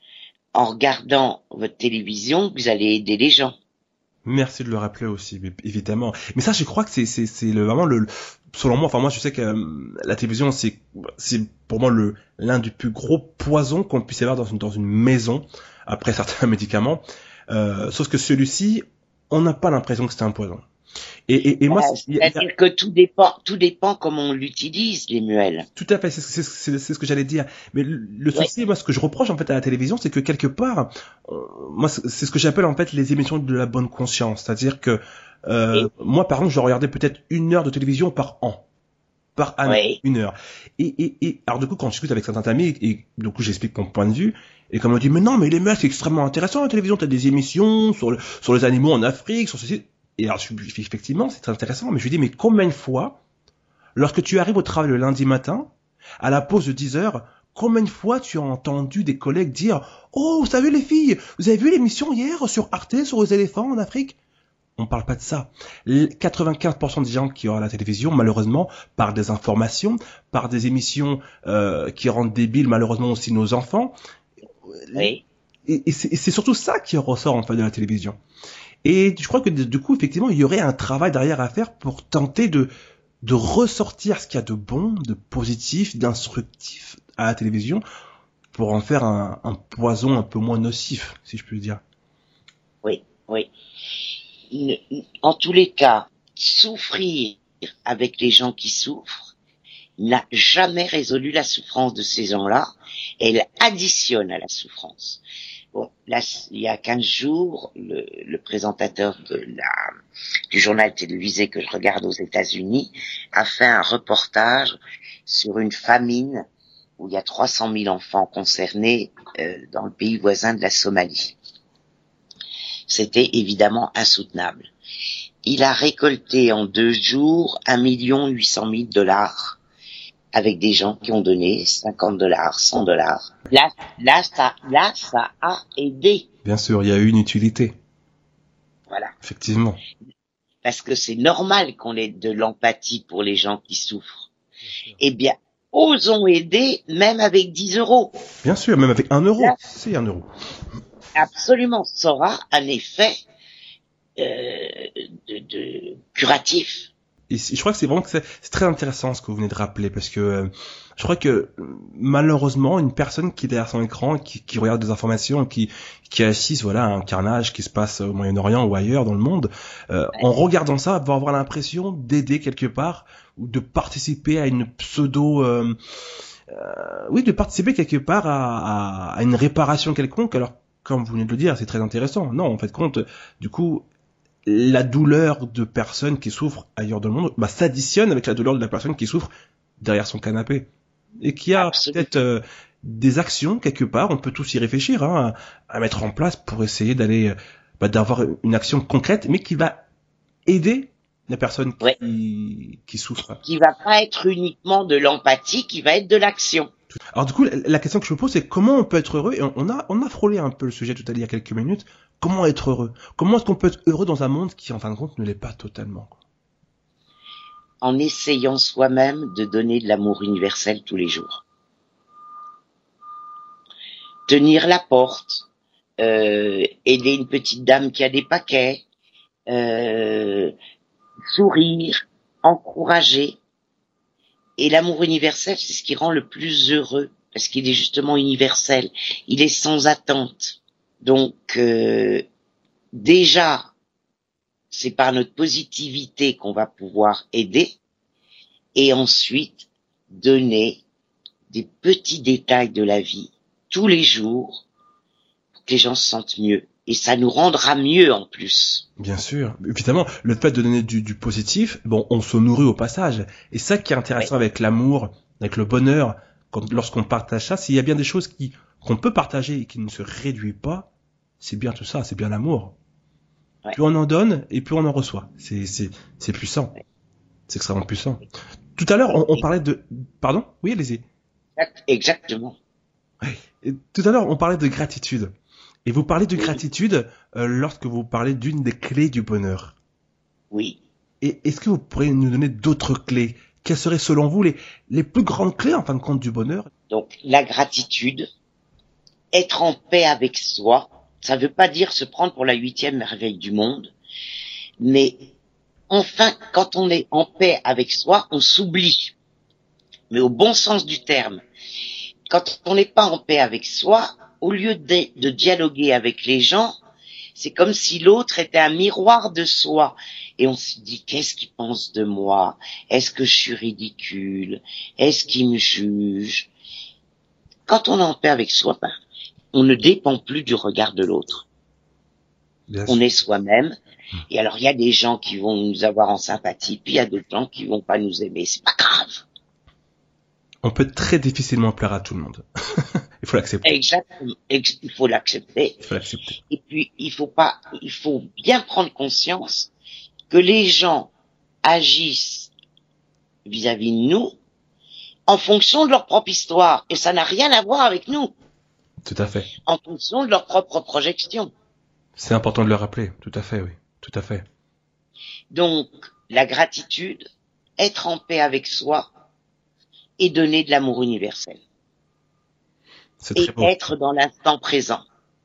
en regardant votre télévision que vous allez aider les gens. Merci de le rappeler aussi, mais évidemment. Mais ça, je crois que c'est c'est c'est le, vraiment le, selon moi, enfin moi, je sais que euh, la télévision, c'est c'est pour moi le l'un des plus gros poisons qu'on puisse avoir dans une dans une maison après certains médicaments. Euh, sauf que celui-ci, on n'a pas l'impression que c'est un poison. Et, et, et moi, Euh, c'est- y a- y a- C'est-à-dire que tout dépend, tout dépend comment on l'utilise, les muels. tout à fait, c'est c'est c'est c'est ce que j'allais dire. Mais le, le Ouais. souci, moi, ce que je reproche en fait à la télévision, c'est que quelque part, euh, moi, c'est c'est ce que j'appelle en fait les émissions de la bonne conscience, c'est-à-dire que euh, Oui. moi, par exemple, je regardais peut-être une heure de télévision par an. Par année, Oui. une heure. Et, et, et alors du coup, quand je discute avec certains amis, et du coup j'explique mon point de vue, et comme on dit, mais non, mais les mecs, c'est extrêmement intéressant, la télévision, t'as des émissions sur, le, sur les animaux en Afrique, sur ceci. Et alors, je, effectivement, c'est très intéressant, mais je lui dis, mais combien de fois, lorsque tu arrives au travail le lundi matin, à la pause de dix heures, combien de fois tu as entendu des collègues dire, oh, vous savez les filles, vous avez vu l'émission hier sur Arte, sur les éléphants en Afrique? On parle pas de ça. quatre-vingt-quinze pour cent des gens qui regardent la télévision, malheureusement, par des informations, par des émissions euh, qui rendent débiles, malheureusement aussi nos enfants. Oui. Et, et c'est et c'est surtout ça qui ressort en fait de la télévision. Et je crois que du coup, effectivement, il y aurait un travail derrière à faire pour tenter de de ressortir ce qu'il y a de bon, de positif, d'instructif à la télévision, pour en faire un, un poison un peu moins nocif, si je puis dire. Oui. Oui. Ne- En tous les cas, souffrir avec les gens qui souffrent n'a jamais résolu la souffrance de ces gens-là. Elle additionne à la souffrance. Bon, là, il y a quinze jours, le, le présentateur de la, du journal télévisé que je regarde aux États-Unis a fait un reportage sur une famine où il y a trois cent mille enfants concernés euh, dans le pays voisin de la Somalie. C'était évidemment insoutenable. Il a récolté en deux jours un million huit cent mille dollars avec des gens qui ont donné cinquante dollars, cent dollars. Là, là, ça, là, ça a aidé. Bien sûr, il y a eu une utilité, Voilà. effectivement. Parce que c'est normal qu'on ait de l'empathie pour les gens qui souffrent. Eh bien, osons aider même avec dix euros. Bien sûr, même avec un euro, Là, c'est un euro. absolument, ça aura un effet euh, de, de curatif. Et je crois que c'est vraiment que c'est c'est très intéressant ce que vous venez de rappeler, parce que euh, je crois que euh, malheureusement une personne qui est derrière son écran, qui, qui regarde des informations, qui qui assiste voilà à un carnage qui se passe au Moyen-Orient ou ailleurs dans le monde, euh, en regardant ça, va avoir l'impression d'aider quelque part ou de participer à une pseudo euh, euh, oui de participer quelque part à, à, à une réparation quelconque. Alors comme vous venez de le dire, c'est très intéressant. Non, en fait compte, du coup la douleur de personnes qui souffrent ailleurs dans le monde bah, s'additionne avec la douleur de la personne qui souffre derrière son canapé. Et qui a Absolument. peut-être euh, des actions, quelque part, on peut tous y réfléchir, hein, à, à mettre en place pour essayer d'aller, bah, d'avoir une action concrète, mais qui va aider la personne qui, Ouais. qui souffre. Qui va pas être uniquement de l'empathie, qui va être de l'action. Alors du coup, la, la question que je me pose, c'est comment on peut être heureux, et on, on a, on a frôlé un peu le sujet tout à l'heure il y a quelques minutes. Comment être heureux? Comment est-ce qu'on peut être heureux dans un monde qui, en fin de compte, ne l'est pas totalement, quoi? En essayant soi-même de donner de l'amour universel tous les jours. Tenir la porte, euh, aider une petite dame qui a des paquets, euh, sourire, encourager. Et l'amour universel, c'est ce qui rend le plus heureux, parce qu'il est justement universel. Il est sans attente. Donc, euh, déjà, c'est par notre positivité qu'on va pouvoir aider, et ensuite donner des petits détails de la vie tous les jours pour que les gens se sentent mieux. Et ça nous rendra mieux en plus. Bien sûr, évidemment, le fait de donner du, du positif, bon, on se nourrit au passage. Et ça qui est intéressant Ouais. avec l'amour, avec le bonheur, quand, lorsqu'on partage ça, s'il y a bien des choses qui qu'on peut partager et qui ne se réduisent pas, c'est bien tout ça, c'est bien l'amour. Ouais. Plus on en donne et plus on en reçoit. C'est c'est c'est puissant. Ouais. C'est extrêmement puissant. Tout à l'heure, on, on parlait de, pardon, oui, allez-y. Exactement. Et tout à l'heure, on parlait de gratitude. Et vous parlez de gratitude euh, lorsque vous parlez d'une des clés du bonheur. Oui. Et est-ce que vous pourriez nous donner d'autres clés? Quelles seraient selon vous les, les plus grandes clés en fin de compte du bonheur? Donc, la gratitude, être en paix avec soi. Ça ne veut pas dire se prendre pour la huitième merveille du monde, mais enfin, quand on est en paix avec soi, on s'oublie. Mais au bon sens du terme. Quand on n'est pas en paix avec soi, au lieu de, de dialoguer avec les gens, c'est comme si l'autre était un miroir de soi. Et on se dit, qu'est-ce qu'il pense de moi? Est-ce que je suis ridicule? Est-ce qu'il me juge? Quand on est en paix avec soi, ben, on ne dépend plus du regard de l'autre. Bien on sûr. Est soi-même. Et alors, il y a des gens qui vont nous avoir en sympathie, puis il y a d'autres gens qui vont pas nous aimer. C'est pas grave. On peut très difficilement plaire à tout le monde. Il faut l'accepter. Exactement. Il faut l'accepter. Il faut l'accepter. Et puis, il faut pas, il faut bien prendre conscience que les gens agissent vis-à-vis de nous en fonction de leur propre histoire. Et ça n'a rien à voir avec nous. Tout à fait. En fonction de leur propre projection. C'est important de le rappeler. Tout à fait, oui. Tout à fait. Donc, la gratitude, être en paix avec soi et donner de l'amour universel. C'est très et beau. Être dans l'instant présent.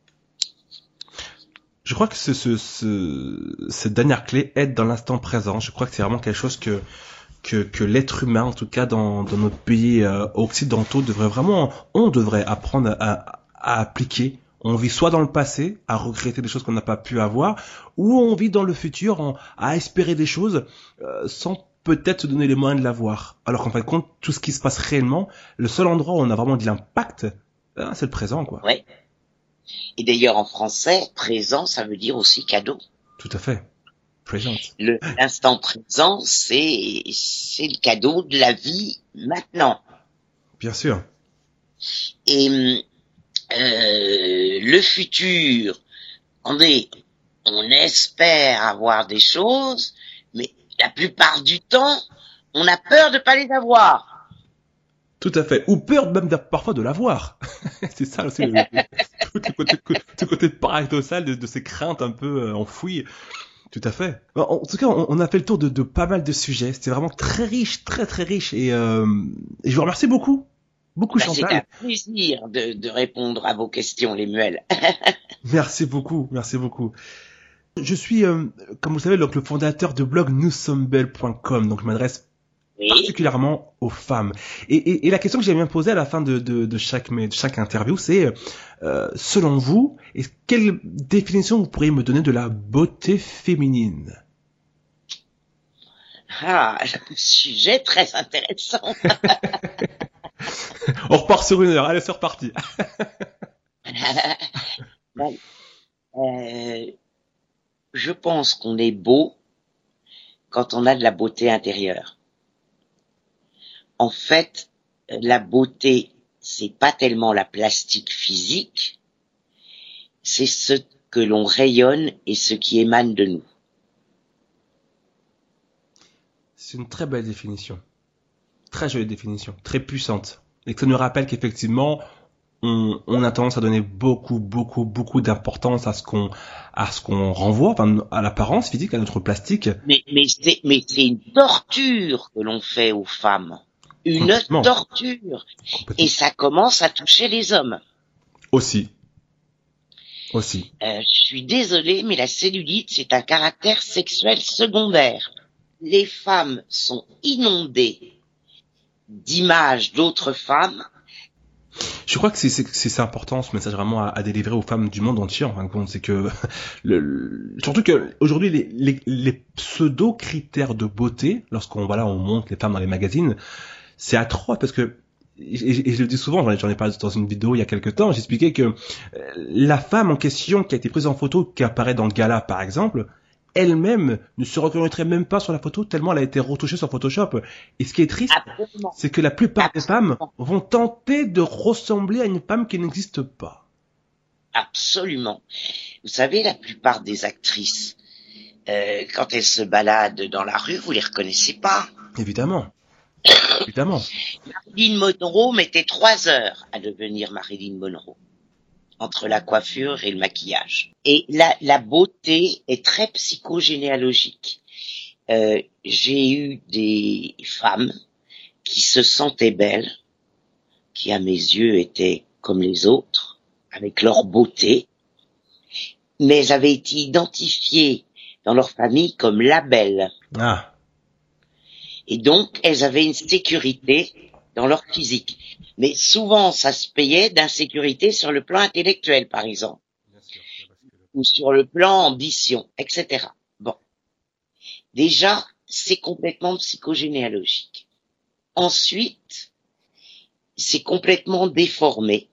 Je crois que ce, ce, ce, cette dernière clé, être dans l'instant présent, je crois que c'est vraiment quelque chose que que, que l'être humain, en tout cas dans, dans nos pays euh, occidentaux, devrait vraiment, on devrait apprendre à, à appliquer. On vit soit dans le passé, à regretter des choses qu'on n'a pas pu avoir, ou on vit dans le futur, en, à espérer des choses euh, sans peut-être se donner les moyens de l'avoir. Alors qu'en fin de compte, tout ce qui se passe réellement, le seul endroit où on a vraiment de l'impact, hein, c'est le présent, quoi. Oui. Et d'ailleurs, en français, présent, ça veut dire aussi cadeau. Tout à fait. Présent. Le, l'instant présent, c'est, c'est le cadeau de la vie maintenant. Bien sûr. Et euh, le futur, on est, on espère avoir des choses, mais la plupart du temps, on a peur de pas les avoir. Tout à fait. Ou peur même parfois de l'avoir. C'est ça aussi, le, le, tout, le côté, tout côté paradoxal de, de ces craintes un peu euh, enfouies. Tout à fait. En tout cas, on, on a fait le tour de, de pas mal de sujets. C'était vraiment très riche, très très riche. Et, euh, et je vous remercie beaucoup. Beaucoup, bah, Chantal. C'est un plaisir de, de répondre à vos questions, les muelles. Merci beaucoup, merci beaucoup. Je suis, euh, comme vous le savez, donc, le fondateur de blog nous sommes belles point com. Donc, je m'adresse oui. particulièrement aux femmes. Et, et, et la question que j'aime bien poser à la fin de, de, de, chaque, de chaque interview, c'est, euh, selon vous, quelle définition vous pourriez me donner de la beauté féminine? Ah, un sujet très intéressant. On repart sur une heure. Allez, c'est reparti. ben, euh, je pense qu'on est beau quand on a de la beauté intérieure. En fait, la beauté, c'est pas tellement la plastique physique, c'est ce que l'on rayonne et ce qui émane de nous. C'est une très belle définition. Très jolie définition. Très puissante. Et que ça nous rappelle qu'effectivement, on, on a tendance à donner beaucoup, beaucoup, beaucoup d'importance à ce qu'on, à ce qu'on renvoie, enfin, à l'apparence physique, à notre plastique. Mais, mais c'est, mais c'est une torture que l'on fait aux femmes. Une torture. Et ça commence à toucher les hommes. Aussi. Aussi. Euh, je suis désolée, mais la cellulite, c'est un caractère sexuel secondaire. Les femmes sont inondées d'images d'autres femmes. Je crois que c'est, c'est, c'est important ce message vraiment à, à délivrer aux femmes du monde entier. En fin de compte, c'est que le, le, surtout que aujourd'hui les, les, les pseudo critères de beauté, lorsqu'on voilà on montre les femmes dans les magazines, c'est atroce parce que et, et je le dis souvent, j'en ai, j'en ai parlé dans une vidéo il y a quelques temps, j'expliquais que la femme en question qui a été prise en photo, qui apparaît dans le gala par exemple, elle-même ne se reconnaîtrait même pas sur la photo tellement elle a été retouchée sur Photoshop. Et ce qui est triste, Absolument. c'est que la plupart Absolument. des femmes vont tenter de ressembler à une femme qui n'existe pas. Absolument. Vous savez, la plupart des actrices, euh, quand elles se baladent dans la rue, vous les reconnaissez pas. Évidemment. Évidemment. Marilyn Monroe mettait trois heures à devenir Marilyn Monroe. Entre la coiffure et le maquillage. Et la, la beauté est très psychogénéalogique. Euh, j'ai eu des femmes qui se sentaient belles, qui à mes yeux étaient comme les autres, avec leur beauté, mais elles avaient été identifiées dans leur famille comme la belle. Ah. Et donc, elles avaient une sécurité dans leur physique. Mais souvent, ça se payait d'insécurité sur le plan intellectuel, par exemple. Ou sur le plan ambition, et cetera. Bon. Déjà, c'est complètement psychogénéalogique. Ensuite, c'est complètement déformé.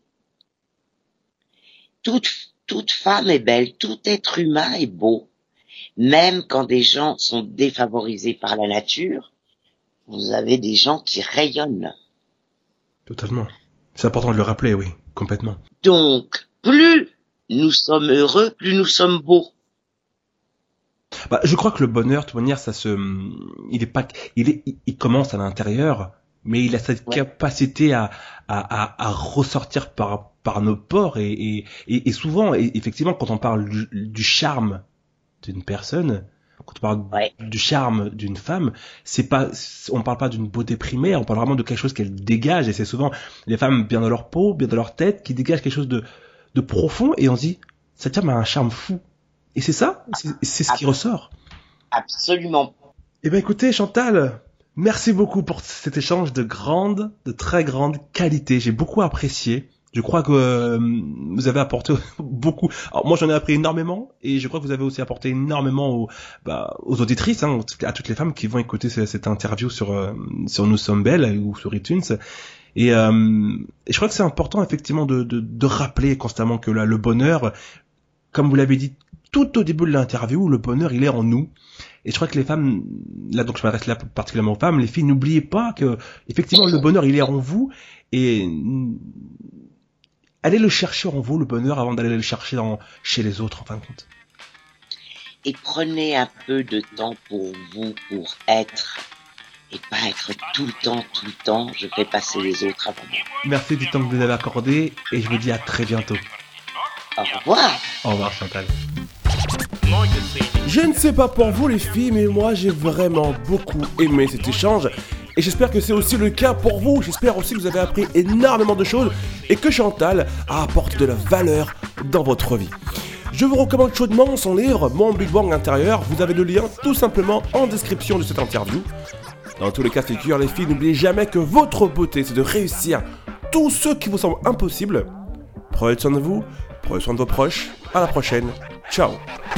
Toute, toute femme est belle, tout être humain est beau. Même quand des gens sont défavorisés par la nature, vous avez des gens qui rayonnent. Totalement. C'est important de le rappeler, oui, complètement. Donc, plus nous sommes heureux, plus nous sommes beaux. Bah, je crois que le bonheur, de toute manière, ça se, il est pas, il est, il commence à l'intérieur, mais il a cette ouais. capacité à, à, à, à ressortir par, par nos pores et, et, et, et souvent, et effectivement, quand on parle du, du charme d'une personne, quand on parle ouais. du charme d'une femme, c'est pas, on parle pas d'une beauté primaire, on parle vraiment de quelque chose qu'elle dégage, et c'est souvent les femmes bien dans leur peau, bien dans leur tête, qui dégagent quelque chose de, de profond, et on se dit, cette femme a un charme fou. Et c'est ça, c'est, c'est ce qui ressort. Absolument. Eh ben écoutez, Chantal, merci beaucoup pour cet échange de grande, de très grande qualité. J'ai beaucoup apprécié. Je crois que euh, vous avez apporté beaucoup. Alors moi, j'en ai appris énormément, et je crois que vous avez aussi apporté énormément aux, bah, aux auditrices, hein, à toutes les femmes qui vont écouter cette interview sur euh, sur Nous sommes belles ou sur iTunes. Et, euh, et je crois que c'est important effectivement de, de, de rappeler constamment que là, le bonheur, comme vous l'avez dit tout au début de l'interview, le bonheur, il est en nous. Et je crois que les femmes, là donc je m'adresse là particulièrement aux femmes, les filles, n'oubliez pas que effectivement le bonheur, il est en vous, et allez le chercher en vous, le bonheur, avant d'aller le chercher dans, chez les autres, en fin de compte. Et prenez un peu de temps pour vous, pour être, et pas être tout le temps, tout le temps, je fais passer les autres avant moi. Merci du temps que vous avez accordé, et je vous dis à très bientôt. Au revoir. Au revoir, Chantal. Je ne sais pas pour vous les filles, mais moi j'ai vraiment beaucoup aimé cet échange. Et j'espère que c'est aussi le cas pour vous. J'espère aussi que vous avez appris énormément de choses et que Chantal a apporté de la valeur dans votre vie. Je vous recommande chaudement son livre Mon Big Bang intérieur. Vous avez le lien tout simplement en description de cette interview. Dans tous les cas de figure, les filles, n'oubliez jamais que votre beauté, c'est de réussir tout ce qui vous semble impossible. Prenez soin de vous, prenez soin de vos proches. À la prochaine. Ciao.